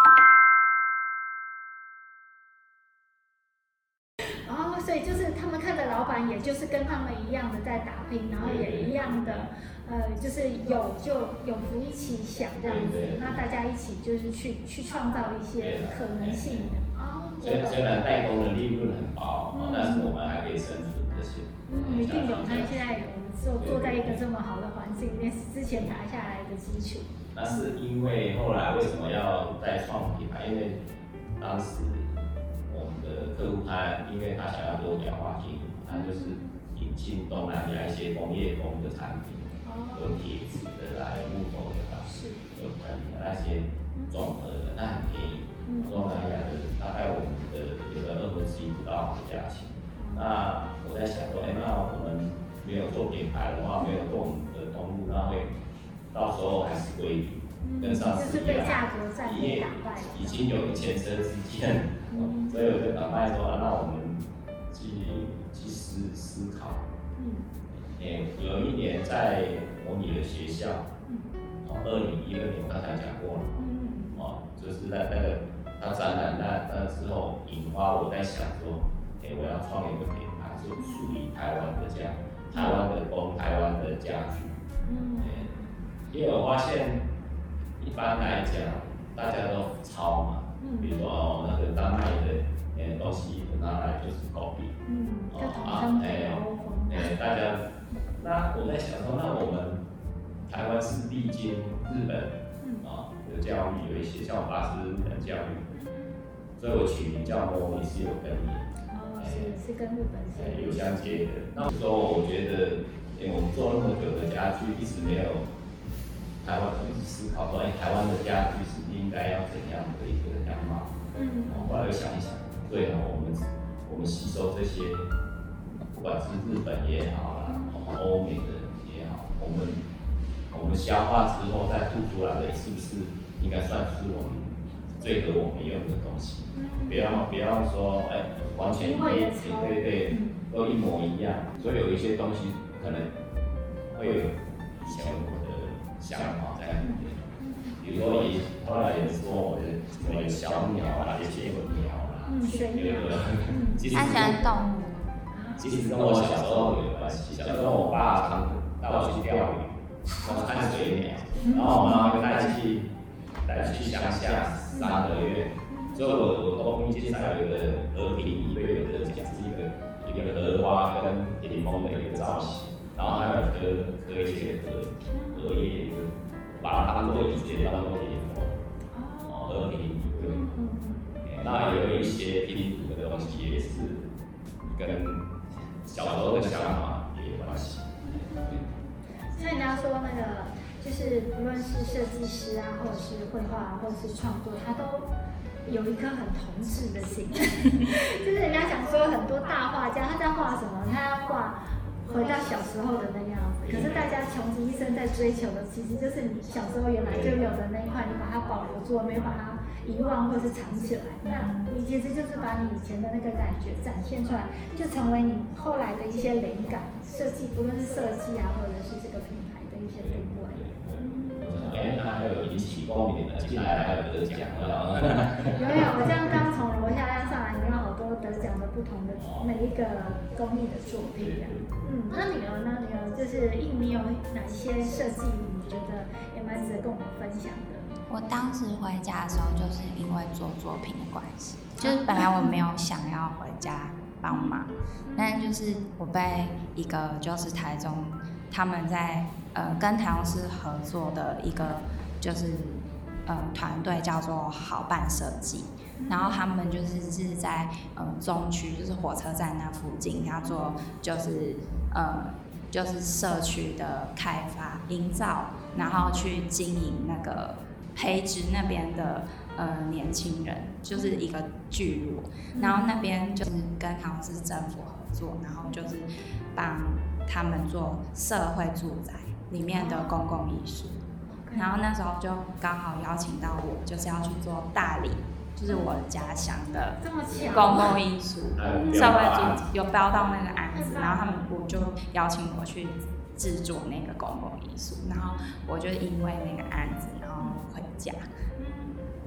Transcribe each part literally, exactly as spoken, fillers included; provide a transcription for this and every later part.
哦，所以就是他们看的老板，也就是跟他们一样的在打拼，然后也一样的，呃，就是有就有福一起想这样子，那大家一起就是去去创造一些可能性的。哦， 虽虽然代工的利润很薄，嗯、但是我们还可以生存这些。 嗯，一定有。那现在我们坐坐在一个这么好的环境里面，是之前打下来的基础。 那是因为后来为什么要再创品牌？因为当时我们的客户他，因为他想要多角化经营，他就是引进东南亚一些工业风的产品，有铁质的啦，有木头的啦，有可能那些综合的，那很便宜。东南亚的大概我们的有的二分之一不到的价钱。那我在想说，哎、欸，那我们没有做品牌的话，没有做我们的通路，那会到时候还是归零，跟上次一样，因为已经有一前车之鉴，嗯、所以我就赶快说，啊、那我们去去思思考。嗯，欸、有一年在模拟的学校，哦，二零一二年我刚才讲过了，嗯，哦，就是在那个他展览那那之后引发我在想说，哎、欸，我要创一个品牌，就属于台湾的家，台湾的工，台湾的家具，嗯，欸、因为我发现一般来讲大家都抄嘛，比如说哦那个丹麦的呃东西拿来就是 copy， 嗯，哦啊，哎、欸，哎、欸，大家，那我在想说，那我们台湾是历经日本啊的教育，有一些像我爸是日本教育，所以我取名叫模拟是有根的， 哦，是是跟日本是有相接的。那时候我觉得，因为我们做那么久的家具，一直没有台湾一直思考说，哎、欸，台湾的家具是应该要怎样的一个样貌？嗯，后来又想一想，对啊，我们我们吸收这些。不管是日本也好啦，欧美的也好，我们我们消化之后再吐出来的，是不是应该算是我们最合我们用的东西？不要不要说哎、欸，完全一对对对，都一模一样。所以有一些东西可能会有以前我的想法在里面，比如说也后来也说我的什么小鸟啦，有些有鸟啦，有的安全动物。 其实跟我小时候有关系。小时候我爸常带我去钓鱼，我看水鸟，然后我妈会带去带去乡下三个月，所以我我冬天介绍有一个和平椅，对有的讲是一个一个荷花跟屏风的一个造型，然后还有刻刻一些荷荷叶，把它当做椅子，当做屏风，哦，和平椅对。那有一些拼图的东西也是跟小时候的想法也有关系。 所以人家说那个，就是不论是设计师啊，或者是绘画，或者是创作，他都有一颗很童稚的心。就是人家讲说，很多大画家他在画什么？他要画回到小时候的那个样子。可是大家穷极一生在追求的，其实就是你小时候原来就有的那一块，你把它保留住，没有把它遗忘或是藏起来。那你其实就是把你以前的那个感觉展现出来，就成为你后来的一些灵感设计，不论是设计啊，或者是这个品牌的一些定位。 哎，那还有引起共鸣的，进来还有得奖的。 有有，我这样刚从楼下亮上来，有好多得奖的不同的每一个工艺的作品。嗯，那女儿呢？女儿就是印，你有哪些设计你觉得也蛮值得跟我们分享的？ 我当时回家的时候，就是因为做作品的关系，就是本来我没有想要回家帮忙，但就是我被一个就是台中他们在呃跟台中市合作的一个就是呃团队叫做好办设计，然后他们就是是在呃中区，就是火车站那附近要做就是呃就是社区的开发营造，然后去经营那个培植那边的呃年轻人，就是一个聚落，然后那边就是跟台中市政府合作，然后就是帮他们做社会住宅里面的公共艺术，然后那时候就刚好邀请到我，就是要去做大理，就是我家乡的公共艺术社会住有标到那个案子，然后他们我就邀请我去制作那个公共艺术，然后我就因为那个案子，然后回家。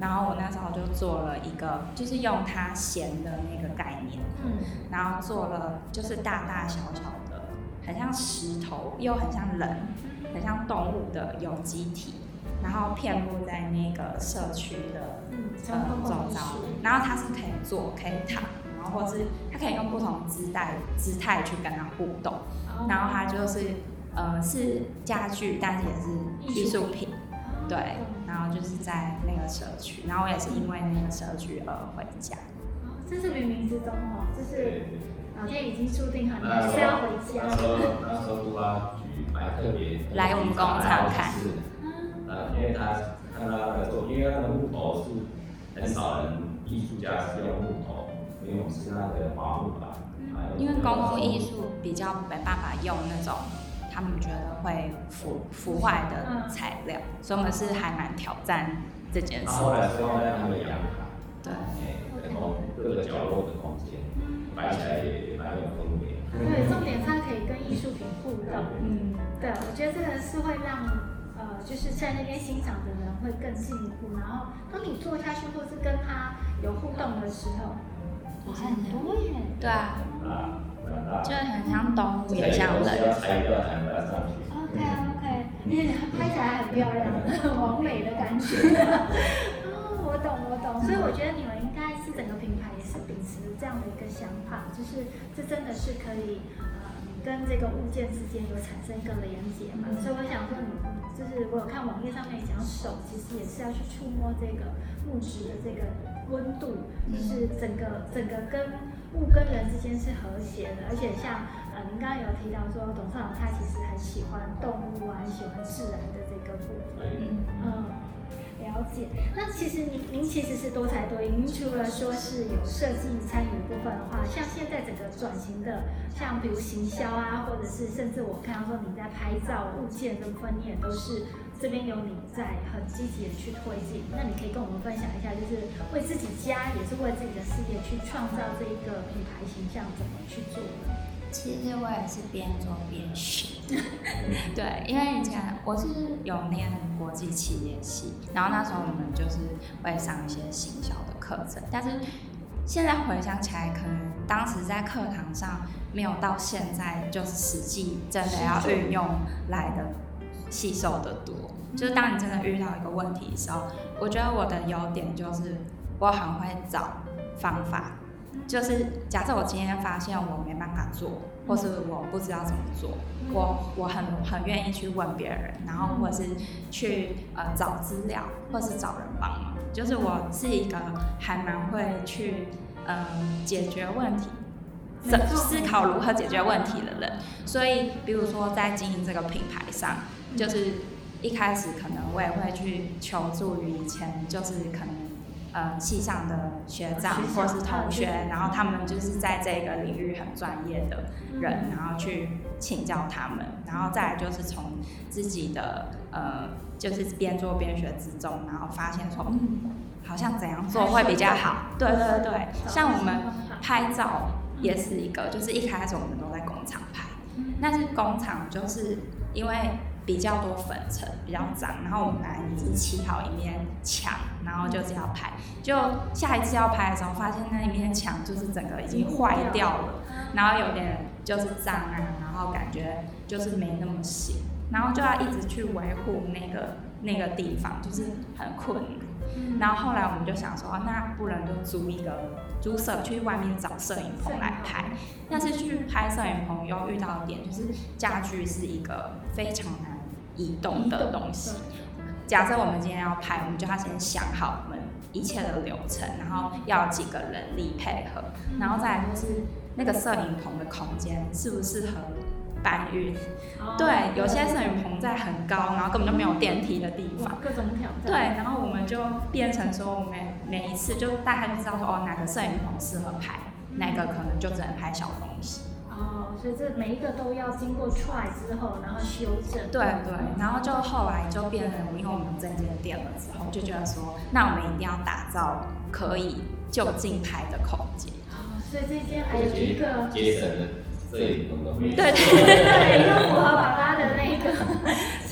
然后我那时候就做了一个，就是用它咸的那个概念，嗯，然后做了就是大大小小的，很像石头又很像人，很像动物的有机体，然后遍布在那个社区的呃周遭，然后它是可以坐可以躺，然后或是它可以用不同姿态姿态去跟它互动，然后它就是呃是家具，但是也是艺术品。对，然后就是在那个社区，然后我也是因为那个社区而回家。 哦，这是冥冥之中哦，就是老天已经注定好，你还是要回家。 那时候那时候都发局还特别来我们工厂看， 呃，因为他看到那个作品，因为那个木头是很少人艺术家是用木头，因为我们是那个花木板。 因为公共艺术比较没办法用那种。他们觉得会腐腐坏的材料，嗯、所以我们是还蛮挑战这件事。 后来是用在他们阳台， 对， 然后各个角落的空间，摆起来也蛮有氛围。 对，重点它可以跟艺术品互动。嗯，对，我觉得这个是会让呃，就是在那边欣赏的人会更进一步。然后当你坐下去或是跟他有互动的时候，很多耶。 对啊。就很像动物，也像人。 OK OK， 拍起来很漂亮，很完美的感觉。哦，我懂我懂，所以我觉得你们应该是整个品牌也是秉持这样的一个想法，就是这真的是可以呃跟这个物件之间有产生一个连接嘛。所以我想说你，就是我有看网页上面讲手，其实也是要去触摸这个木质的这个温度，就是整个整个跟。物跟人之间是和谐的，而且像呃，您刚刚有提到说，董事长他其实很喜欢动物啊，很喜欢自然的这个部分。嗯，了解。那其实您您其实是多才多艺，您除了说是有设计参与的部分的话，像现在整个转型的，像比如行销啊，或者是甚至我看到说你在拍照物件的部分，你也都是。这边有你在很积极的去推进，那你可以跟我们分享一下，就是为自己家，也是为自己的事业去创造这一个品牌形象，怎么去做呢？ 其实我也是边做边学，对，因为以前我是有念国际企业系，然后那时候我们就是会上一些行销的课程，但是现在回想起来，可能当时在课堂上没有到现在就是实际真的要运用来的。吸收的多，就是当你真的遇到一个问题的时候，我觉得我的优点就是我很会找方法，就是假设我今天发现我没办法做，或是我不知道怎么做，我我很很愿意去问别人，然后或是去呃找资料，或是找人帮忙，就是我是一个还蛮会去嗯、呃、解决问题。思考如何解决问题的人，所以比如说在经营这个品牌上，就是一开始可能我也会去求助于以前就是可能呃系上的学长或是同学，然后他们就是在这个领域很专业的人，然后去请教他们，然后再来就是从自己的呃就是边做边学之中，然后发现说嗯好像怎样做会比较好，对对对，像我们拍照。也是一个，就是一开始我们都在工厂拍，但是工厂就是因为比较多粉尘，比较脏，然后我们本来已经漆好一面墙，然后就是要拍，就下一次要拍的时候，发现那一面墙就是整个已经坏掉了，然后有点就是脏啊，然后感觉就是没那么新，然后就要一直去维护那个那个地方，就是很困难。然后后来我们就想说，那不然就租一个租摄去外面找摄影棚来拍。但是去拍摄影棚又遇到一点，就是家具是一个非常难移动的东西。假设我们今天要拍，我们就要先想好我们一切的流程，然后要几个人力配合，然后再来就是那个摄影棚的空间适不适合搬运。Oh, 对，有些摄影棚在很高，然后根本就没有电梯的地方， 各种挑战。 对，然后我们就变成说，我们每一次就大概就知道说，哦，哪个摄影棚适合拍，哪个可能就只能拍小东西。 哦，所以这每一个都要经过 try 之后，然后修正。 对对，然后就后来就变成，因为我们这间店了之后，就觉得说，那我们一定要打造可以就近拍的空间。 哦，所以这间还有一个节省了摄影棚的费用。 对对对对，又符合爸爸的那个期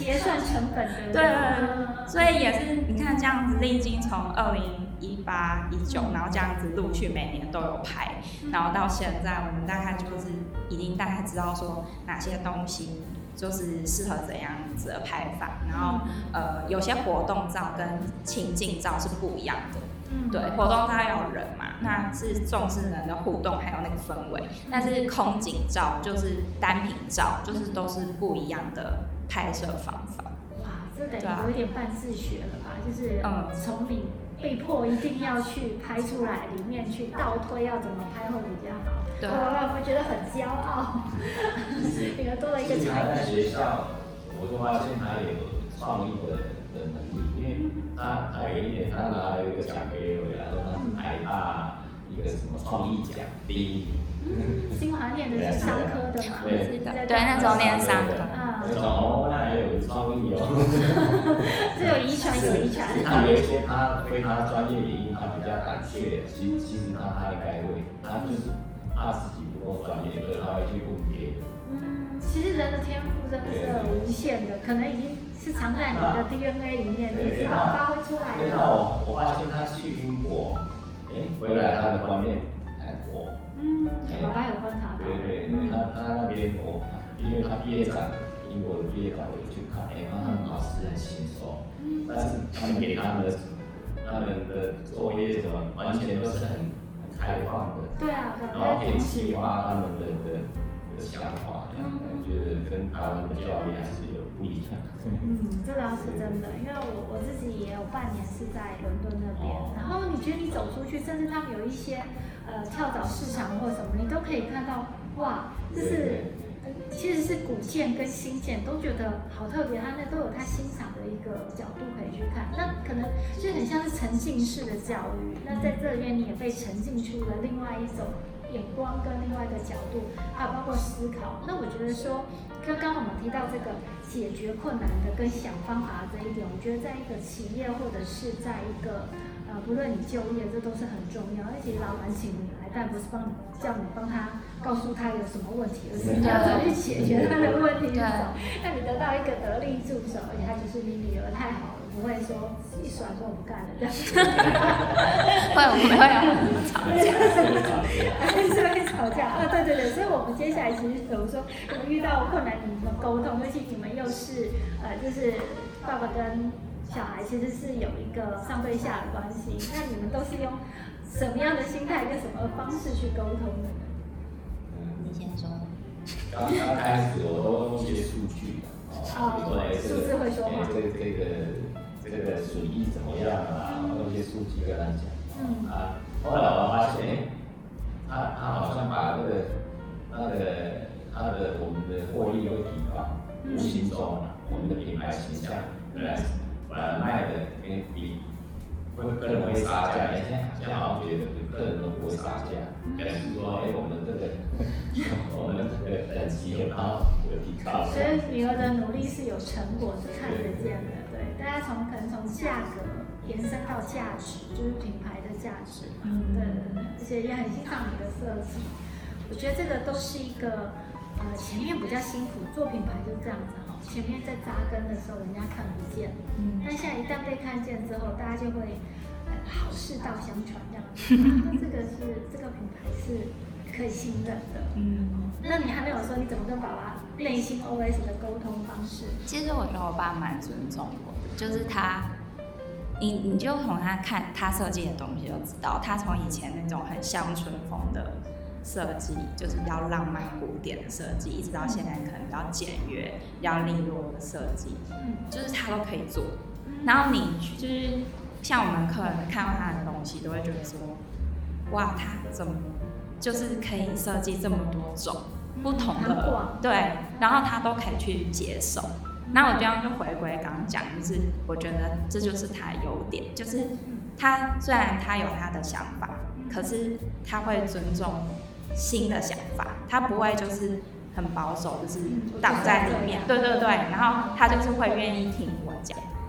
结算成本的。 对对对，所以也是你看这样子，历经从二零一八、一九，然后这样子陆续每年都有拍，然后到现在我们大概就是已经大概知道说哪些东西就是适合怎样子的拍法，然后呃有些活动照跟情境照是不一样的。对，活动照要有人嘛，那是重视人的互动还有那个氛围。但是空景照就是单品照，就是都是不一样的拍摄方法。 哇，这等于有一点半自学了吧？就是从你被迫一定要去拍出来，里面去倒推要怎么拍会比较好。对，我我觉得很骄傲，你们多了一个才艺。 在学校，我就发现他有创意的的能力，因为他他有一点，他拿了一个奖杯回来，说他是台大一个什么创意奖第一名。 新华念的是商科的嘛？ 对对，那时候念商科。 啊，哦，那还有创意哦。 这有遗传，有遗传。 他有一些他对他专业领域他比较感兴趣，其其实他他应该会，他就是怕自己不够专业，所以他会去问别人。 嗯，其实人的天赋真的是无限的，可能已经是藏在你的 D N A 里面，你把它发挥出来。 对，那我我发现他去英国，哎，回来他的观念很活。 嗯，我还有观察到。 对对，因为他他那边我，因为他毕业展，英国的毕业展我去看，哎，他们老师很轻松，但是他们给他们的他们的作业什么，完全都是很很开放的。 对啊，对。 然后可以激发他们的的的想法，我觉得跟台湾的教育还是有不一样。 嗯，这倒是真的，因为我我自己也有半年是在伦敦那边，然后你觉得你走出去，甚至他们有一些呃跳蚤市场或什么，你都可以看到，哇，就是其实是古建跟新建都觉得好特别，他那都有他欣赏的一个角度可以去看，那可能就很像是沉浸式的教育，那在这里面你也被沉浸出了另外一种眼光跟另外一个角度，还有包括思考。那我觉得说，刚刚我们提到这个解决困难的跟想方法这一点，我觉得在一个企业或者是在一个呃，不论你就业，这都是很重要。而且老板请你来，但不是帮你叫你帮他告诉他有什么问题，而是你要怎么去解决他的问题是什么。那你得到一个得力助手，而且他就是你女儿太好了，不会说一甩说我不干了这样。 会，我们会有吵架， 还是会吵架。哦，对对对，所以我们接下来其实，比如说你们遇到困难，你们沟通，尤其你们又是呃，就是爸爸跟小孩其实是有一个上对下的关系，那你们都是用什么样的心态跟什么方式去沟通的呢？ 你先说。 刚刚开始我都用一些数据，哦，比如说哎，这个哎这个这个这个损益怎么样啊？用一些数据跟他讲。嗯。啊，后来我发现，哎，他他好像把这个那个他的我们的获利会提高，无形中我们的品牌形象本来本来卖的跟比会客人会杀价，现在现在好像觉得客人都不会杀价，可能是说哎我们这个我们这个等级有高有提高。 所以女儿的努力是有成果是看得见的，对，大家从可能从价格延伸到价值，就是品牌的价值，嗯，对对对，而且也很欣赏你的设计，我觉得这个都是一个呃前面比较辛苦，做品牌就这样子哈，前面在扎根的时候人家看不见，嗯，但现在一旦被看见之后，大家就会呃好事道相传这样子，啊，这个是这个品牌是可以信任的，嗯，那你还没有说你怎么跟爸爸内心 O S 的沟通方式？ 其实我觉得我爸蛮尊重我的，就是他。你你就从他看他设计的东西就知道，他从以前那种很乡村风的设计，就是比较浪漫古典的设计，一直到现在可能比较简约、比较利落的设计，嗯，就是他都可以做。然后你就是像我们客人看到他的东西，都会觉得说，哇，他怎么就是可以设计这么多种不同的，对，然后他都可以去接受。那我这样就回归刚刚讲，就是我觉得这就是他的优点，就是他虽然他有他的想法，可是他会尊重新的想法，他不会就是很保守，就是挡在里面，对对对，然后他就是会愿意听我讲，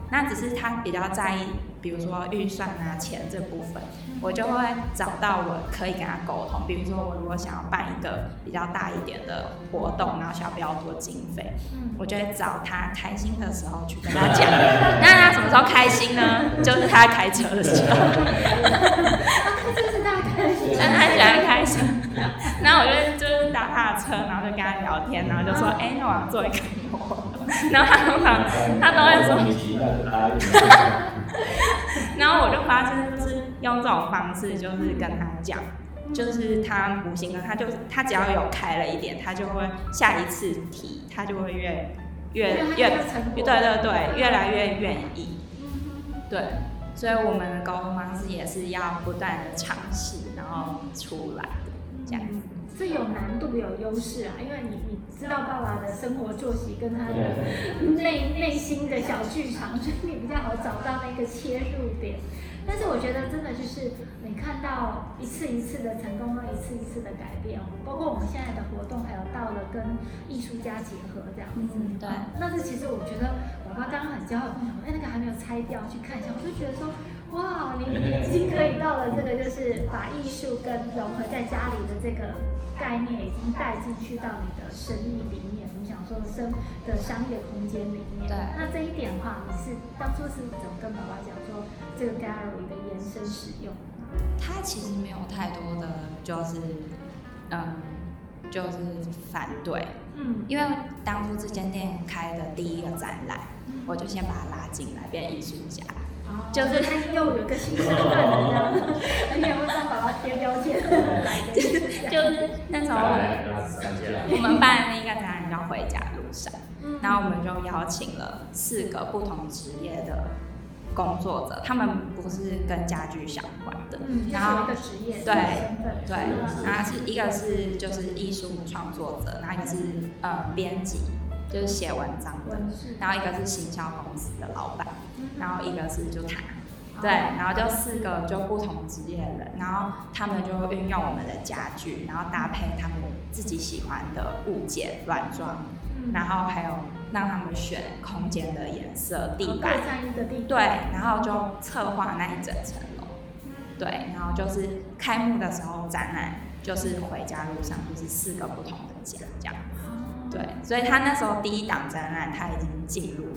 那只是他比较在意，比如说预算啊、钱这部分，我就会找到我可以跟他沟通。比如说我如果想要办一个比较大一点的活动，然后需要比较多经费，我就会找他开心的时候去跟他讲。那他什么时候开心呢？就是他开车的时候。 就是他开心， 但他喜欢开车，然后我就就是搭他的车，然后就跟他聊天，然后就说，哎、欸，那我要做一个活动，然后他通常他都会说，然后我就发现就是用这种方式，就是跟他讲，就是他无形的，他就他只要有开了一点，他就会下一次提，他就会越越越对对对，越来越愿意，对。所以我们的沟通方式也是要不断的尝试，然后出来的这样子。 这有难度有优势啊，因为你你知道爸爸的生活作息跟他的内内心的小剧场，所以你比较好找到那个切入点。但是我觉得真的就是你看到一次一次的成功，一次一次的改变，包括我们现在的活动，还有到了跟艺术家结合这样子。 嗯，对。 那这其实我觉得宝宝刚刚很骄傲，跟我说，哎，那个还没有拆掉，去看一下，我就觉得说，哇，你已经可以到了这个，就是把艺术跟融合在家里的这个概念，已经带进去到你的生意里面。我们想说生的商业空间里面。 对。 那这一点的话，你是当初是怎么跟宝宝讲说这个 gallery 的延伸使用？ 他其实没有太多的，就是嗯，就是反对。嗯。因为当初这间店开的第一个展览，嗯、我就先把他拉进来变艺术家。 哦、就是他又有个新身份了，这样子，而且会帮宝宝贴标签来的。 就是那时候我们办那个展览叫《回家路上》，嗯、然后我们就邀请了四个不同职业的工作者，他们不是跟家具相关的， 嗯、然后一个职业对对，然后是一个是就是艺术创作者，然后一个是呃编辑，就是写文章的，然后一个是行销公司的老板，然后一个是就他，对，然后就四个就不同职业的人，然后他们就运用我们的家具，然后搭配他们自己喜欢的物件软装，然后还有让他们选空间的颜色、地板，对，然后就策划那一整层楼，对，然后就是开幕的时候展览就是回家路上就是四个不同的家这样。对，所以他那时候第一档展览他已经进入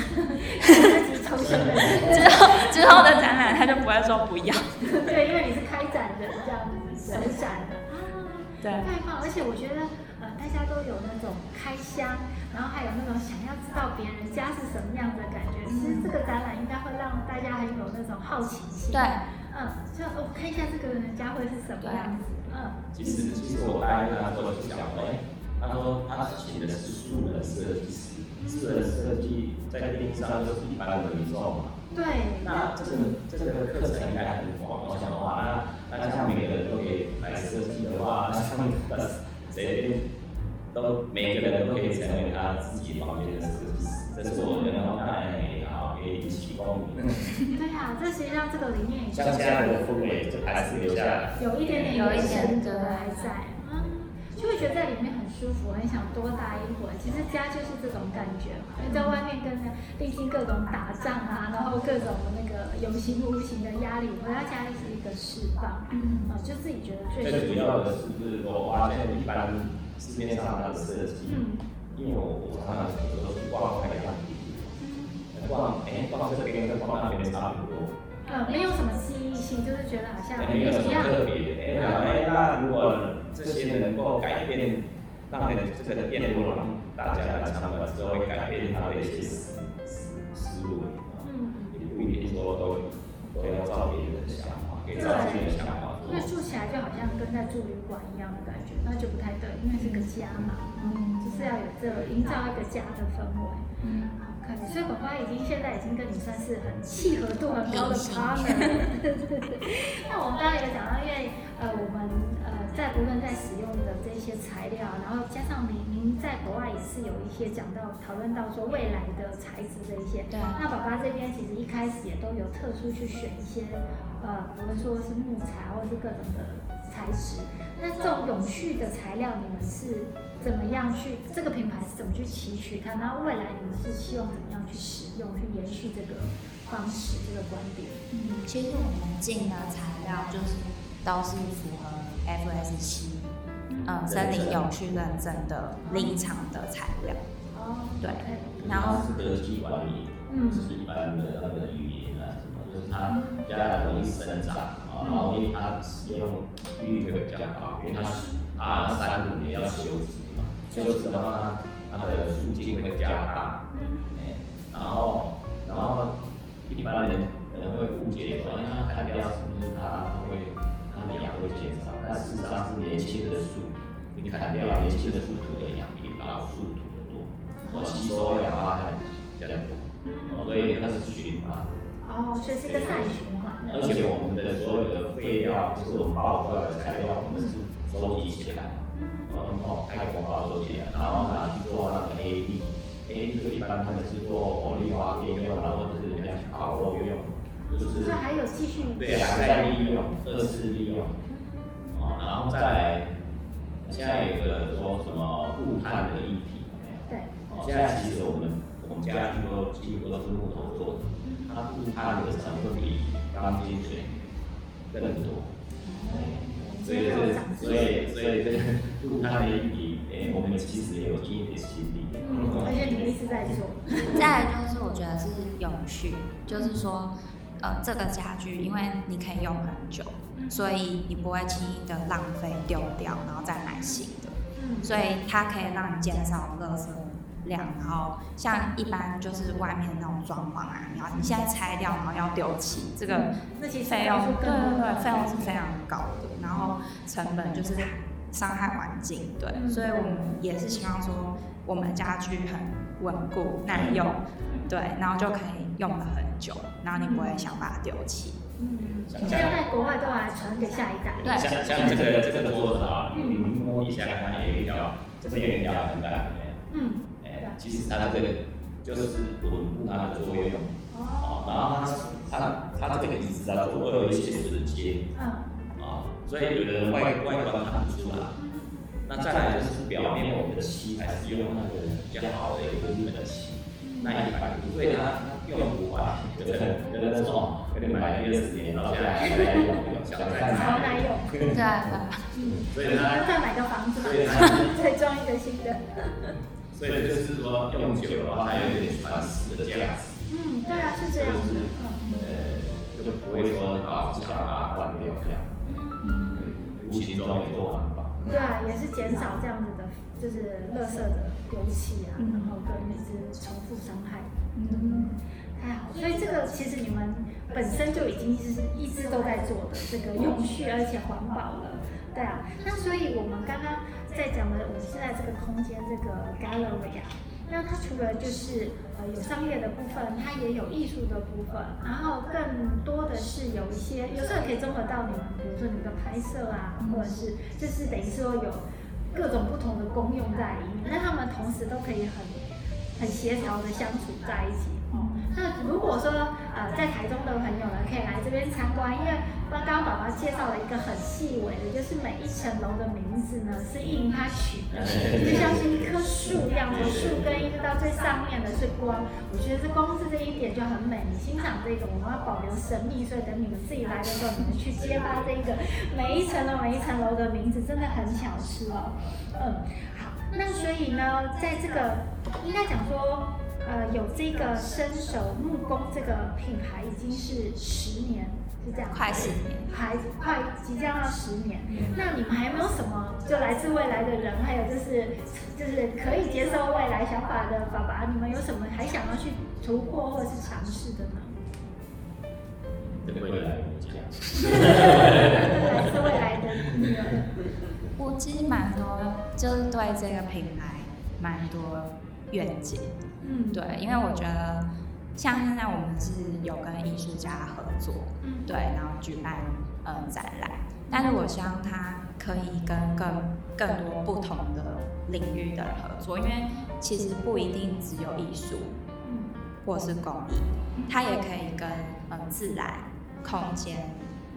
之后之后的展览他就不会说不要。 对，因为你是开展的这样子，首展的啊， 对， 太棒！而且我觉得呃，大家都有那种开箱，然后还有那种想要知道别人家是什么样的感觉。其实这个展览应该会让大家很有那种好奇心。 对， 嗯，就我、哦、看一下这个人家会是什么样子。嗯， 其实其实我答应他说就讲了，哎。他说他请的是素人设计师，素人设计在电视上就是一般的民众嘛。 对。 那这个这个课程应该很广，我想的话，那那像每个人都可以来设计的话，那他们这边都每个人都可以成为他自己房间的设计师，这是我们要看也好，可以一起共鸣。 对啊，这实际上这个理念也是。 像现在的氛围就还是留下来。 有一点点有一点的还在。就会觉得在里面很舒服，很想多待一会儿。其实家就是这种感觉嘛，因为在外面跟人历经各种打仗啊，然后各种那个有形无形的压力，回到家里是一个释放，嗯，就自己觉得最。 最主要的是，就是我发现一般市面上它的设计，嗯，因为我我常常有时候去逛看样品，逛哎逛这边跟逛那边差不多。 呃，没有什么记忆性，就是觉得好像没有什么特别。哎，哎，那如果这些能够改变，让这个店铺让大家来参观之后，会改变他的一些思思思路。嗯，也不一定说都都要照别人的想法，可以照自己的想法做。 因为住起来就好像跟在住旅馆一样的感觉，那就不太对，因为是个家嘛，嗯，就是要有这营造一个家的氛围。嗯。所以宝宝已经现在已经跟你算是很契合度很高的 partner 了，对对对。那我们刚刚有讲到，因为呃我们呃在无论在使用的这些材料，然后加上您您在国外也是有一些讲到讨论到说未来的材质这一些。对。那宝宝这边其实一开始也都有特殊去选一些呃，无论说是木材或者是各种的材质。那这种永续的材料，你们是怎么样去？这个品牌是怎么去期许它？然后未来你们是希望怎么样去使用、去延续这个方式、这个观点？ 嗯，其实我们进的材料就是都是符合 F S 七，嗯，森林永续认证的林场的材料。 哦， 对，然后是科技管理，嗯，就是一般的那个语言啊什么，就是它比较容易生长啊，然后因为它使用率会比较高，因为它它三五年要休止嘛，休止的话，它的树径会加大，哎，然后然后一般人可能会误解说，因为它砍掉是不是它会它的氧会减少？但事实上是年轻的树，你砍掉年轻的树土的氧比老树土的多。我吸收氧化碳比较多，所以它是循环。 哦，所以是一个再循环的。 而且我们的所有的废料，就是我们爆出来的材料，我们是收集起来，然后开工包收起来，然后拿去做那个 A D。A D 就一般他们是做火力发电用，然后或者是人家去烤肉用，就是。 所以还有继续。 对，还在利用，二次利用。哦，然后再来，现在有个说什么固碳的议题。 对。 现在其实我们我们家具都几乎都是木头做的，它固碳的成分比钢筋水更多。所以这所以所以这个固碳的议题，哎，我们其实也有尽一点心力。 嗯，而且你们一直在做。 再来就是我觉得是永续，就是说，呃，这个家具因为你可以用很久，所以你不会轻易的浪费丢掉，然后再买新的，所以它可以让你减少垃圾量，然后像一般就是外面那种装潢啊，然后你现在拆掉，然后要丢弃，这个费用，对对对，费用是非常高的，然后成本就是伤害环境，对，所以我们也是希望说我们家具很稳固耐用，对，然后就可以用了很久，然后你不会想把它丢弃。 嗯，现在国外都来传给下一代。 对， 像像这个这个做的啊，你摸一下它也比较，这是原料很淡。嗯。其实它这个就是稳固它的作用，哦，然后它它它这个椅子啊，都会有一些榫接，嗯，啊，所以有的人外外观看不出来。那再来就是表面我们的漆还是用那个比较好的一个日本漆，那一百度，所以它用不完，有的有的人说哦，可能买了二十年，然后现在还在用，小再买， 超耐用，对， 嗯，所以它再买个房子嘛，再装一个新的。 所以就是说，用久的话，它有点传世的价值。 嗯，对啊，是这样子。 呃，就不会说啊，只想把它换掉这样。嗯，无形中也做环保。 对啊，也是减少这样子的，就是垃圾的丢弃啊，然后跟一直重复伤害。嗯，太好。所以这个其实你们本身就已经是一直都在做的这个永续而且环保了。对啊，那所以我们刚刚在讲的，我们现在这个空间这个 gallery 啊，那它除了就是呃有商业的部分，它也有艺术的部分，然后更多的是有一些，有时候可以综合到你们，比如说你们的拍摄啊，或者是就是等于说有各种不同的功用在里面，那他们同时都可以很很协调的相处在一起。哦，那如果说呃在台中的朋友呢，可以来这边参观，因为刚刚爸爸介绍了一个很细微的，就是每一层楼的名字呢是应他取的，就像是一棵树一样，从树根一直到最上面的是光。我觉得这光是这一点就很美。你欣赏这个，我们要保留神秘，所以等你们自己来的时候，你们去揭发这个每一层楼每一层楼的名字，真的很巧思哦。嗯，好，那所以呢，在这个应该讲说。呃，有这个伸手木工这个品牌已经是十年，是这样， 快十年， 还快即将要十年。那你们还有没有什么就来自未来的人，还有就是就是可以接受未来想法的爸爸，你们有什么还想要去突破或者是尝试的呢？ 对未来我讲， 来自未来的女儿， 我其实蛮多，就是对这个品牌蛮多愿景。嗯，对，因为我觉得像现在我们是有跟艺术家合作，嗯，对，然后举办呃展览，但是我希望它可以跟更更多不同的领域的人合作，因为其实不一定只有艺术，嗯，或是工艺，它也可以跟嗯自然、空间，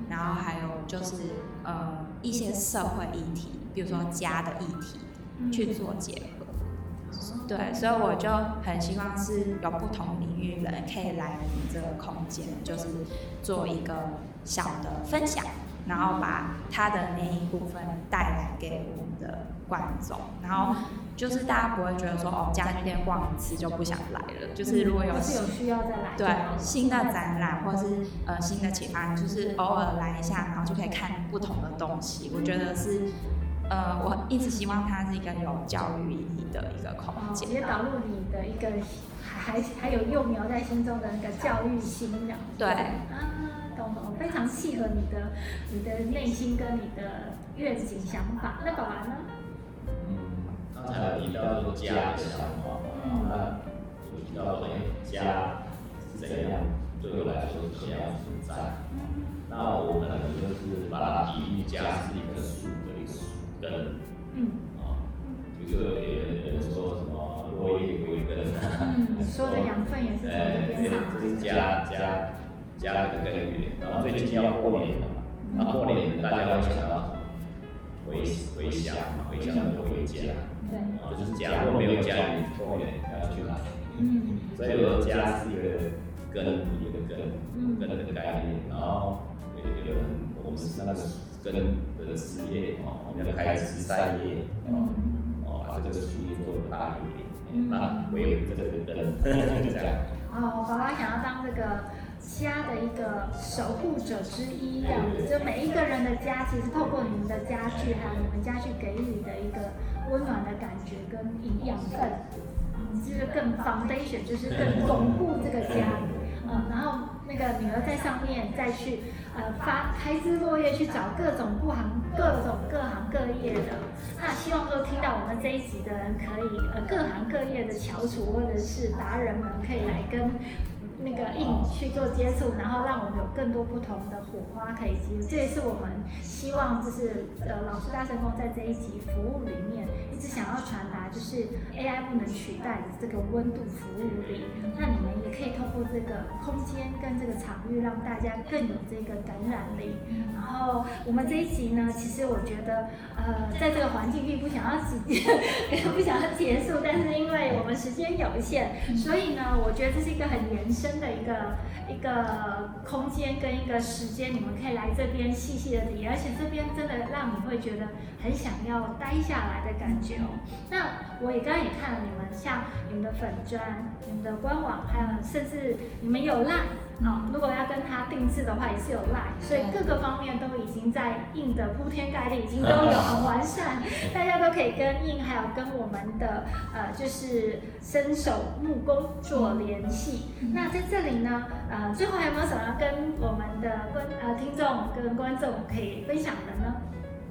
然后还有就是呃一些社会议题，比如说家的议题去做结合。对，所以我就很希望是有不同领域人可以来我们这个空间，就是做一个小的分享，然后把他的那一部分带来给我们的观众，然后就是大家不会觉得说哦，家具店逛一次就不想来了，就是如果有是有需要再来， 对新的展览或是呃新的启发，就是偶尔来一下，然后就可以看不同的东西，我觉得是。呃，我一直希望它是一个有教育意义的一个空间， 也导入你的一个还还有幼苗在心中的那个教育心这样。 对。 啊，懂懂，非常契合你的你的内心跟你的愿景想法。那宝宝呢？ 嗯，刚才有提到说家的想法，嗯，那有提到说，哎，家是怎样对我来说是怎样存在？那我可能就是把它比喻家是一棵树的一个树。根，嗯，啊，比如说有人有人说什么落叶归根， 嗯，说的养分也是从这边上来的， 这是家家家的根源。然后最近要过年了嘛，然后过年大家会想到回回乡嘛，回乡就回家， 对， 啊，就是家，如果没有家，你过年要去哪里？嗯，所以说家是一个根，一个根，根的概念。然后有有人我们是那个。根的枝叶哦，我们要开枝散叶哦，哦，把这个树叶做得大一点，那维护这个根，这样。 哦，爸爸想要当这个家的一个守护者之一，这样子，就每一个人的家，其实透过你们的家具，还有你们家具给予的一个温暖的感觉跟营养分，嗯，就是更 foundation， 就是更巩固这个家。嗯，然后那个女儿在上面再去呃发开枝落叶，去找各种不行各种各行各业的。那希望说听到我们这一集的人，可以呃各行各业的翘楚或者是达人们，可以来跟那个印去做接触，然后让我们有更多不同的火花可以激这也是我们希望就是呃老师大声公在这一集服务里面一直想要传达，就是 A I 不能取代的这个温度服务力。那你们也可以透过这个空间跟这个场域，让大家更有这个感染力。然后我们这一集呢，其实我觉得呃在这个环境并不想要直接不想要结束，但是因为我们时间有限，所以呢，我觉得这是一个很延伸的一个一个空间跟一个时间，你们可以来这边细细的体验，而且这边真的让你会觉得很想要待下来的感觉哦。那我也刚刚也看了你们，像你们的粉专、你们的官网，还有甚至你们有 LINE， 好，如果要跟他定制的话也是有 LINE， 所以各个方面都已经在印的铺天盖地，已经都有很完善，大家都可以跟印还有跟我们的呃就是伸手木工做联系。那在这里呢，呃，最后还有没有什么要跟我们的观呃听众跟观众可以分享的呢？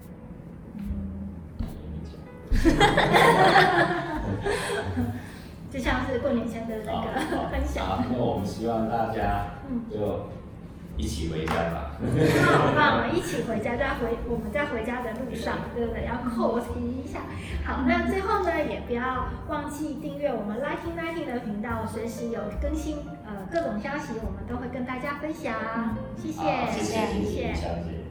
就像是过年前的那个分享。 好，那我们希望大家就一起回家吧。 好棒，一起回家，在回我们在回家的路上，对不对？要扣题一下。好，那最后呢，也不要忘记订阅我们 Lighting Lighting 的频道，随时有更新呃各种消息，我们都会跟大家分享。谢谢， 谢谢，谢谢。